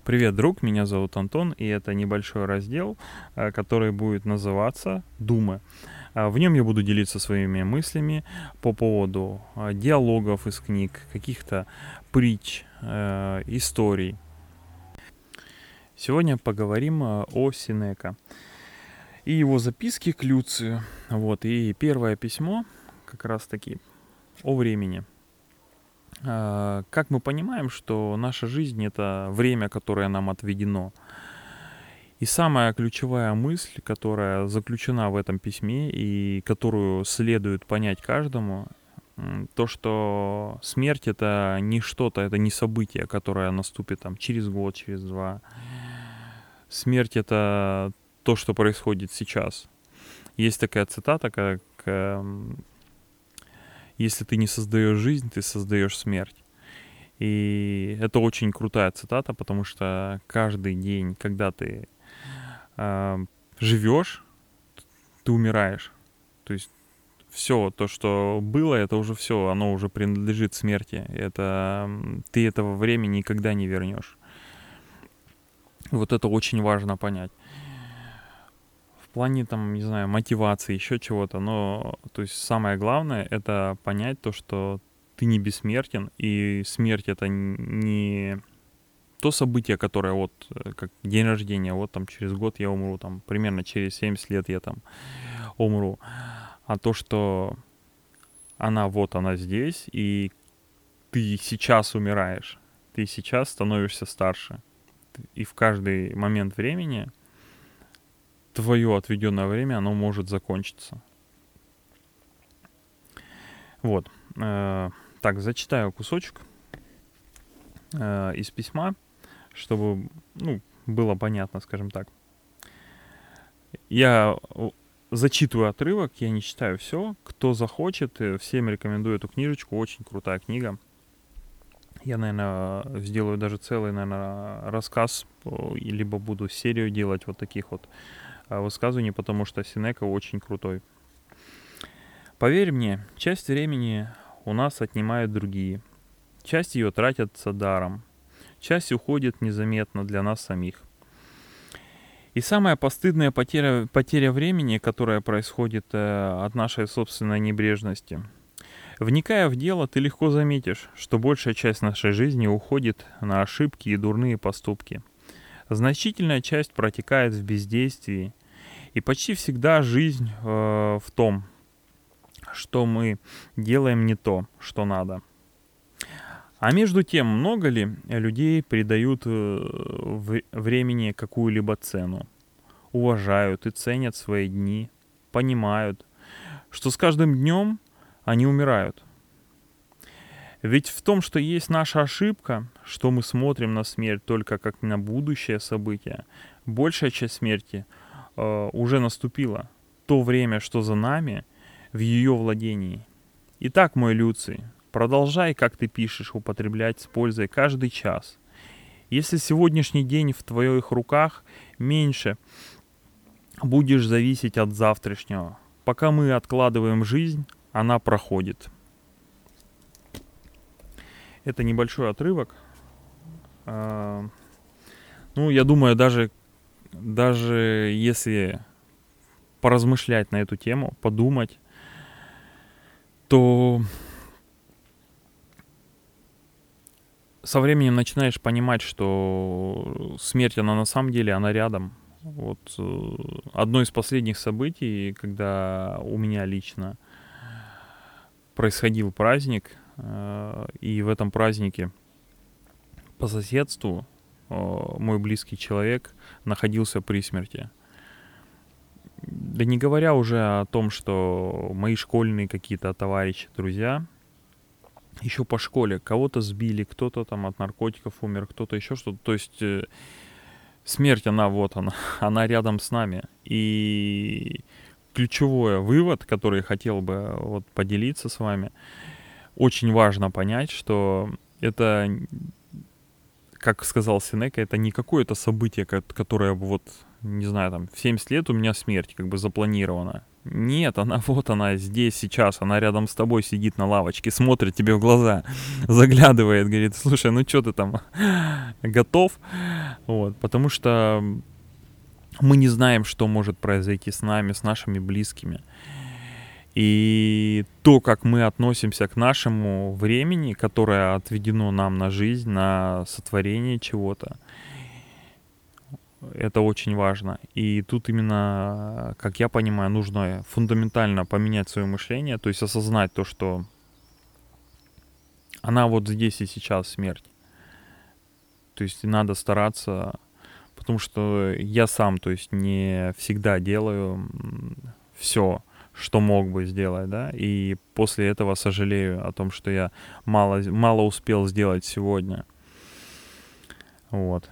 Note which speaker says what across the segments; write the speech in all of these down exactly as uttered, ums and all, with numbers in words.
Speaker 1: Привет, друг, меня зовут Антон, и это небольшой раздел, э, который будет называться «Думы». А, В нем я буду делиться своими мыслями по поводу а, диалогов из книг, каких-то притч, э, историй. Сегодня поговорим а, о Сенека и его записке к Люцию. Вот, и первое письмо как раз-таки о времени. А, Как мы понимаем, что наша жизнь — это время, которое нам отведено. И самая ключевая мысль, которая заключена в этом письме и которую следует понять каждому, м, то, что смерть — это не что-то, это не событие, которое наступит там через год, через два. Смерть — это то, что происходит сейчас. Есть такая цитата, как эм, «Если ты не создаешь жизнь, ты создаешь смерть». И это очень крутая цитата, потому что каждый день, когда ты а, живешь, ты умираешь. То есть все то, что было, это уже все, оно уже принадлежит смерти. Это м, ты этого времени никогда не вернешь. Вот это очень важно понять. В плане там, не знаю, мотивации, еще чего-то, но то есть самое главное это понять то, что ты не бессмертен, и смерть это н- не то событие, которое вот э, как день рождения, вот там через год я умру, там примерно через семьдесят лет я там умру, а то, что она вот она здесь, и ты сейчас умираешь, ты сейчас становишься старше, и в каждый момент времени твое отведенное время, оно может закончиться. Вот. Э, Так, зачитаю кусочек э, из письма, чтобы, ну, было понятно, скажем так. Я э, зачитываю отрывок, я не читаю все. Кто захочет, э, всем рекомендую эту книжечку, очень крутая книга. Я, наверное, сделаю даже целый, наверное, рассказ, э, и либо буду серию делать вот таких вот э, высказываний, потому что Сенека очень крутой. Поверь мне, часть времени у нас отнимают другие. Часть ее тратятся даром. Часть уходит незаметно для нас самих. И самая постыдная потеря, потеря времени, которая происходит э, от нашей собственной небрежности. Вникая в дело, ты легко заметишь, что большая часть нашей жизни уходит на ошибки и дурные поступки. Значительная часть протекает в бездействии, и почти всегда жизнь э, в том, что мы делаем не то, что надо. А между тем, много ли людей придают э, в- времени какую-либо цену, уважают и ценят свои дни, понимают, что с каждым днем они умирают. Ведь в том, что есть наша ошибка, что мы смотрим на смерть только как на будущее событие, большая часть смерти э, уже наступила. То время, что за нами, в ее владении. Итак, мой Люций, продолжай, как ты пишешь, употреблять с пользой каждый час. Если сегодняшний день в твоих руках, меньше будешь зависеть от завтрашнего. Пока мы откладываем жизнь, она проходит. Это небольшой отрывок. А, Ну, я думаю, даже, даже если поразмышлять на эту тему, подумать, то со временем начинаешь понимать, что смерть, она на самом деле, она рядом. Вот э, одно из последних событий, когда у меня лично происходил праздник, э, и в этом празднике по соседству э, мой близкий человек находился при смерти. Да не говоря уже о том, что мои школьные какие-то товарищи, друзья, еще по школе кого-то сбили, кто-то там от наркотиков умер, кто-то еще что-то. То есть э, смерть, она вот она, она рядом с нами. И ключевой вывод, который я хотел бы вот поделиться с вами, очень важно понять, что это, как сказал Сенека, это не какое-то событие, ко- которое вот, не знаю, там, в семьдесят лет у меня смерть как бы запланирована. Нет, она вот она здесь сейчас, она рядом с тобой сидит на лавочке, смотрит тебе в глаза, заглядывает, говорит: слушай, ну что ты там, готов? Вот, потому что мы не знаем, что может произойти с нами, с нашими близкими. И то, как мы относимся к нашему времени, которое отведено нам на жизнь, на сотворение чего-то, это очень важно. И тут именно, как я понимаю, нужно фундаментально поменять свое мышление, то есть осознать то, что она вот здесь и сейчас, смерть. То есть надо стараться, потому что я сам, то есть не всегда делаю все, что мог бы сделать, да, и после этого сожалею о том, что я мало, мало успел сделать сегодня. Вот.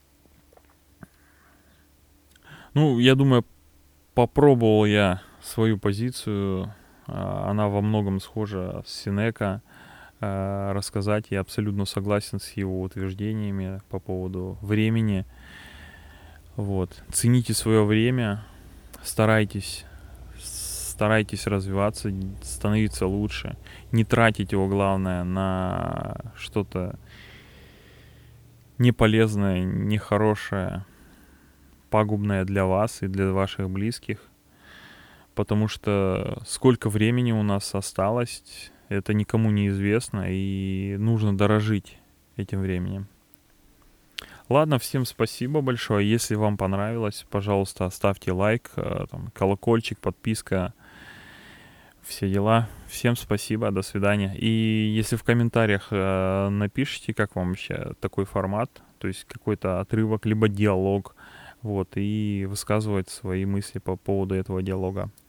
Speaker 1: Ну, я думаю, попробовал я свою позицию, а, она во многом схожа с Сенека, а, рассказать. Я абсолютно согласен с его утверждениями по поводу времени. Вот. Цените свое время, старайтесь, старайтесь развиваться, становиться лучше. Не тратить его, главное, на что-то неполезное, нехорошее, пагубное для вас и для ваших близких. Потому что сколько времени у нас осталось, это никому не известно, и нужно дорожить этим временем. Ладно, всем спасибо большое. Если вам понравилось, пожалуйста, ставьте лайк, там, колокольчик, подписка, все дела. Всем спасибо, до свидания. И если в комментариях э, напишите, как вам вообще такой формат, то есть какой-то отрывок, либо диалог, вот, и высказывать свои мысли по поводу этого диалога.